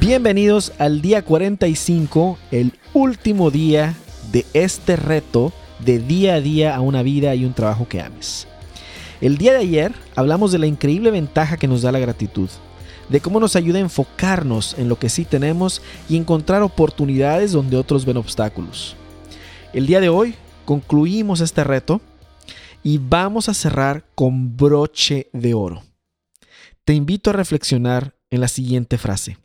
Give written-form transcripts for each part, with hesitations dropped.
Bienvenidos al día 45, el último día de este reto de día a día a una vida y un trabajo que ames. El día de ayer hablamos de la increíble ventaja que nos da la gratitud, de cómo nos ayuda a enfocarnos en lo que sí tenemos y encontrar oportunidades donde otros ven obstáculos. El día de hoy concluimos este reto y vamos a cerrar con broche de oro. Te invito a reflexionar en la siguiente frase.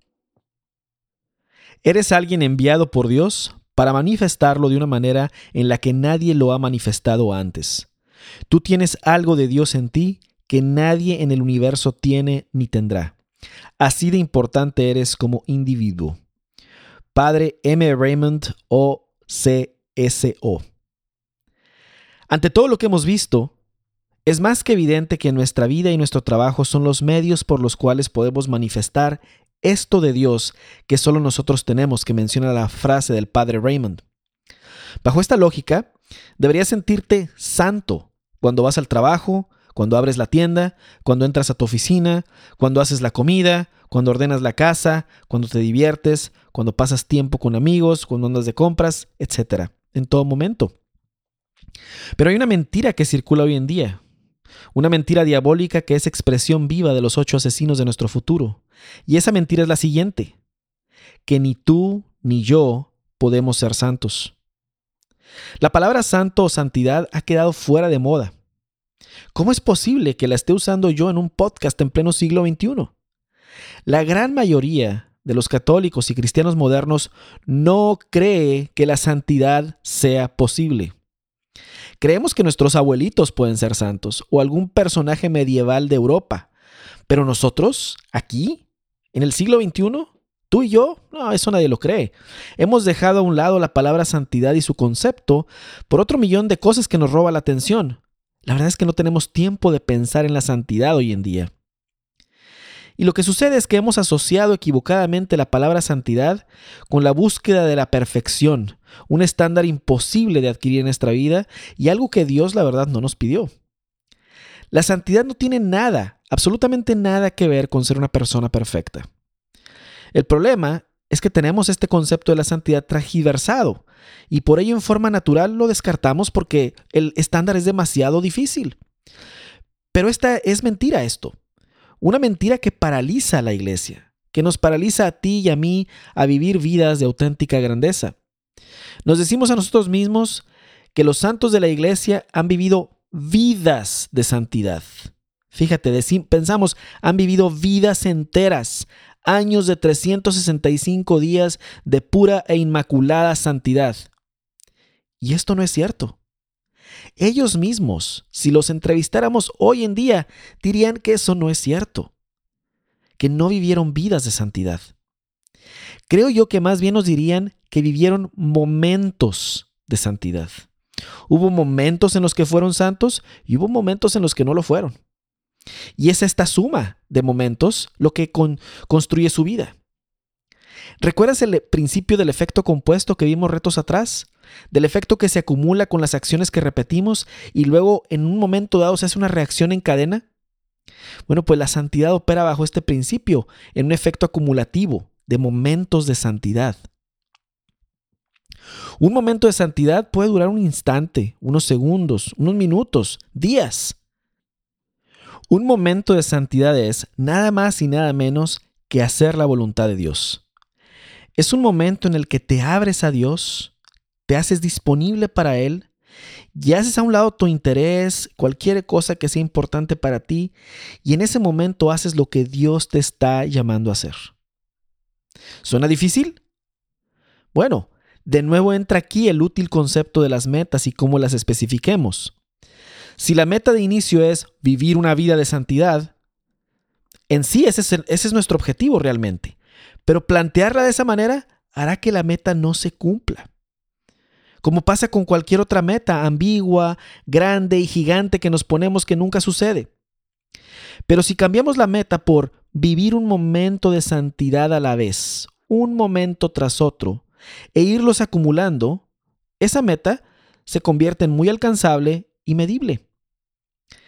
Eres alguien enviado por Dios para manifestarlo de una manera en la que nadie lo ha manifestado antes. Tú tienes algo de Dios en ti que nadie en el universo tiene ni tendrá. Así de importante eres como individuo. Padre M. Raymond, O.C.S.O. Ante todo lo que hemos visto, es más que evidente que nuestra vida y nuestro trabajo son los medios por los cuales podemos manifestar esto de Dios que solo nosotros tenemos, que menciona la frase del Padre Raymond. Bajo esta lógica, deberías sentirte santo cuando vas al trabajo, cuando abres la tienda, cuando entras a tu oficina, cuando haces la comida, cuando ordenas la casa, cuando te diviertes, cuando pasas tiempo con amigos, cuando andas de compras, etc. En todo momento. Pero hay una mentira que circula hoy en día. Una mentira diabólica que es expresión viva de los 8 asesinos de nuestro futuro. Y esa mentira es la siguiente: que ni tú ni yo podemos ser santos. La palabra santo o santidad ha quedado fuera de moda. ¿Cómo es posible que la esté usando yo en un podcast en pleno siglo XXI? La gran mayoría de los católicos y cristianos modernos no cree que la santidad sea posible. Creemos que nuestros abuelitos pueden ser santos o algún personaje medieval de Europa. Pero nosotros, aquí, en el siglo XXI, tú y yo, no, eso nadie lo cree. Hemos dejado a un lado la palabra santidad y su concepto por otro millón de cosas que nos roba la atención. La verdad es que no tenemos tiempo de pensar en la santidad hoy en día. Y lo que sucede es que hemos asociado equivocadamente la palabra santidad con la búsqueda de la perfección, un estándar imposible de adquirir en nuestra vida y algo que Dios, la verdad, no nos pidió. La santidad no tiene nada, absolutamente nada que ver con ser una persona perfecta. El problema es que tenemos este concepto de la santidad transgiversado y por ello en forma natural lo descartamos porque el estándar es demasiado difícil. Pero es mentira esto. Una mentira que paraliza a la iglesia, que nos paraliza a ti y a mí a vivir vidas de auténtica grandeza. Nos decimos a nosotros mismos que los santos de la iglesia han vivido vidas de santidad. Fíjate, pensamos, han vivido vidas enteras, años de 365 días de pura e inmaculada santidad. Y esto no es cierto. Ellos mismos, si los entrevistáramos hoy en día, dirían que eso no es cierto, que no vivieron vidas de santidad. Creo yo que más bien nos dirían que vivieron momentos de santidad. Hubo momentos en los que fueron santos y hubo momentos en los que no lo fueron. Y es esta suma de momentos lo que construye su vida. ¿Recuerdas el principio del efecto compuesto que vimos retos atrás? Del efecto que se acumula con las acciones que repetimos y luego en un momento dado se hace una reacción en cadena. Bueno, pues la santidad opera bajo este principio, en un efecto acumulativo de momentos de santidad. Un momento de santidad puede durar un instante, unos segundos, unos minutos, días. Un momento de santidad es nada más y nada menos que hacer la voluntad de Dios. Es un momento en el que te abres a Dios, te haces disponible para Él y haces a un lado tu interés, cualquier cosa que sea importante para ti, y en ese momento haces lo que Dios te está llamando a hacer. ¿Suena difícil? Bueno, de nuevo entra aquí el útil concepto de las metas y cómo las especifiquemos. Si la meta de inicio es vivir una vida de santidad, en sí ese es nuestro objetivo realmente. Pero plantearla de esa manera hará que la meta no se cumpla. Como pasa con cualquier otra meta ambigua, grande y gigante que nos ponemos que nunca sucede. Pero si cambiamos la meta por vivir un momento de santidad a la vez, un momento tras otro, e irlos acumulando, esa meta se convierte en muy alcanzable y medible.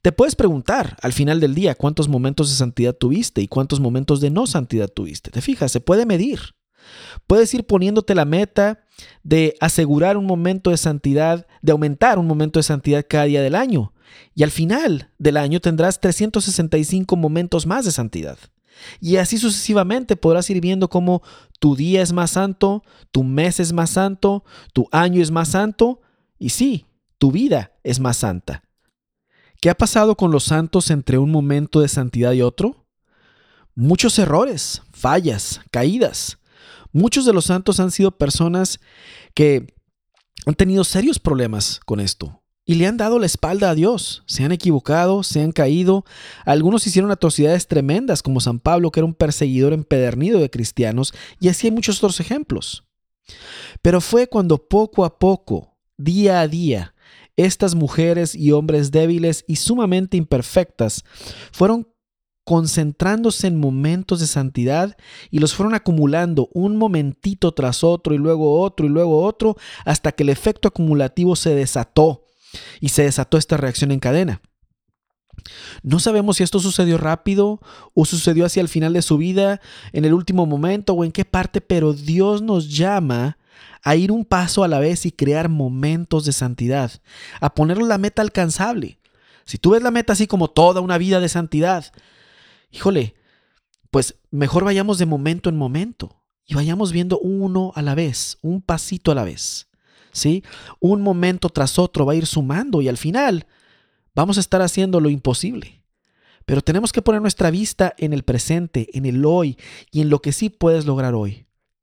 Te puedes preguntar al final del día cuántos momentos de santidad tuviste y cuántos momentos de no santidad tuviste. ¿Te fijas? Se puede medir. Puedes ir poniéndote la meta de asegurar un momento de santidad, de aumentar un momento de santidad cada día del año. Y al final del año tendrás 365 momentos más de santidad. Y así sucesivamente podrás ir viendo cómo tu día es más santo, tu mes es más santo, tu año es más santo y sí, tu vida es más santa. ¿Qué ha pasado con los santos entre un momento de santidad y otro? Muchos errores, fallas, caídas. Muchos de los santos han sido personas que han tenido serios problemas con esto y le han dado la espalda a Dios. Se han equivocado, se han caído. Algunos hicieron atrocidades tremendas, como San Pablo, que era un perseguidor empedernido de cristianos, y así hay muchos otros ejemplos. Pero fue cuando poco a poco, día a día, estas mujeres y hombres débiles y sumamente imperfectas fueron concentrándose en momentos de santidad y los fueron acumulando un momentito tras otro y luego otro y luego otro hasta que el efecto acumulativo se desató y se desató esta reacción en cadena. No sabemos si esto sucedió rápido o sucedió hacia el final de su vida, en el último momento o en qué parte, pero Dios nos llama a ir un paso a la vez y crear momentos de santidad, a poner la meta alcanzable. Si tú ves la meta así como toda una vida de santidad, híjole, pues mejor vayamos de momento en momento y vayamos viendo uno a la vez, un pasito a la vez, ¿sí? Un momento tras otro va a ir sumando y al final vamos a estar haciendo lo imposible. Pero tenemos que poner nuestra vista en el presente, en el hoy y en lo que sí puedes lograr hoy.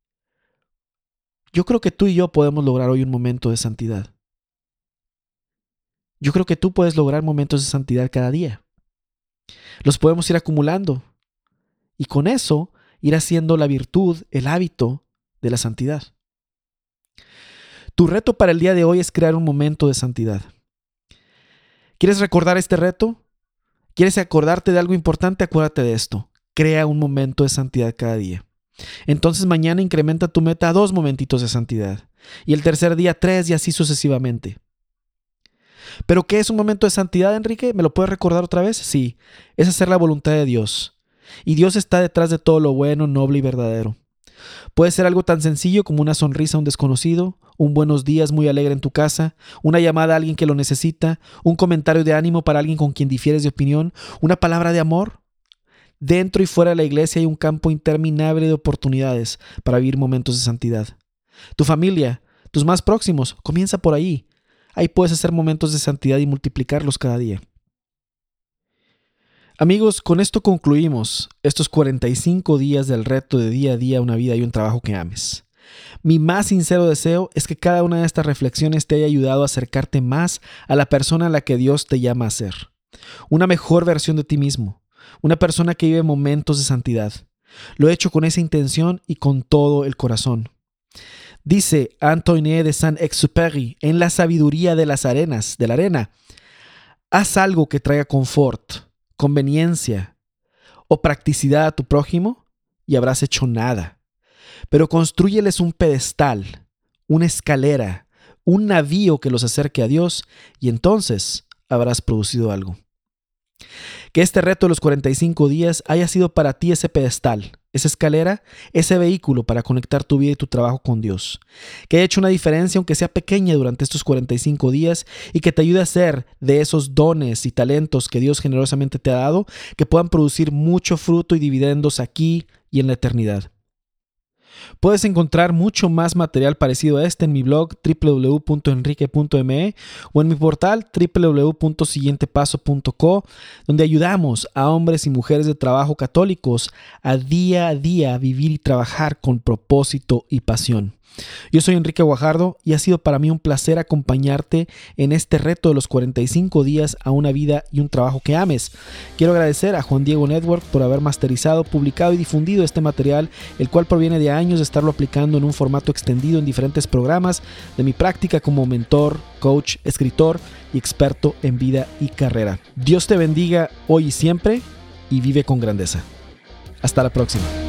Yo creo que tú y yo podemos lograr hoy un momento de santidad. Yo creo que tú puedes lograr momentos de santidad cada día. Los podemos ir acumulando y con eso ir haciendo la virtud, el hábito de la santidad. Tu reto para el día de hoy es crear un momento de santidad. ¿Quieres recordar este reto? ¿Quieres acordarte de algo importante? Acuérdate de esto. Crea un momento de santidad cada día. Entonces mañana incrementa tu meta a 2 momentitos de santidad. Y el tercer día 3 y así sucesivamente. ¿Pero qué es un momento de santidad, Enrique? ¿Me lo puedes recordar otra vez? Sí, es hacer la voluntad de Dios. Y Dios está detrás de todo lo bueno, noble y verdadero. Puede ser algo tan sencillo como una sonrisa a un desconocido, un buenos días muy alegre en tu casa, una llamada a alguien que lo necesita, un comentario de ánimo para alguien con quien difieres de opinión, una palabra de amor. Dentro y fuera de la iglesia hay un campo interminable de oportunidades para vivir momentos de santidad. Tu familia, tus más próximos, comienza por ahí. Ahí puedes hacer momentos de santidad y multiplicarlos cada día. Amigos, con esto concluimos estos 45 días del reto de día a día una vida y un trabajo que ames. Mi más sincero deseo es que cada una de estas reflexiones te haya ayudado a acercarte más a la persona a la que Dios te llama a ser. Una mejor versión de ti mismo. Una persona que vive momentos de santidad. Lo he hecho con esa intención y con todo el corazón. Dice Antoine de Saint-Exupéry en La sabiduría de las arenas, de la arena: haz algo que traiga confort, conveniencia o practicidad a tu prójimo y habrás hecho nada. Pero constrúyeles un pedestal, una escalera, un navío que los acerque a Dios y entonces habrás producido algo. Que este reto de los 45 días haya sido para ti ese pedestal, esa escalera, ese vehículo para conectar tu vida y tu trabajo con Dios. Que haya hecho una diferencia, aunque sea pequeña, durante estos 45 días y que te ayude a hacer de esos dones y talentos que Dios generosamente te ha dado, que puedan producir mucho fruto y dividendos aquí y en la eternidad. Puedes encontrar mucho más material parecido a este en mi blog www.enrique.me o en mi portal www.siguientepaso.co, donde ayudamos a hombres y mujeres de trabajo católicos a día vivir y trabajar con propósito y pasión. Yo soy Enrique Guajardo y ha sido para mí un placer acompañarte en este reto de los 45 días a una vida y un trabajo que ames. Quiero agradecer a Juan Diego Network por haber masterizado, publicado y difundido este material, el cual proviene de años de estarlo aplicando en un formato extendido en diferentes programas de mi práctica como mentor, coach, escritor y experto en vida y carrera. Dios te bendiga hoy y siempre y vive con grandeza. Hasta la próxima.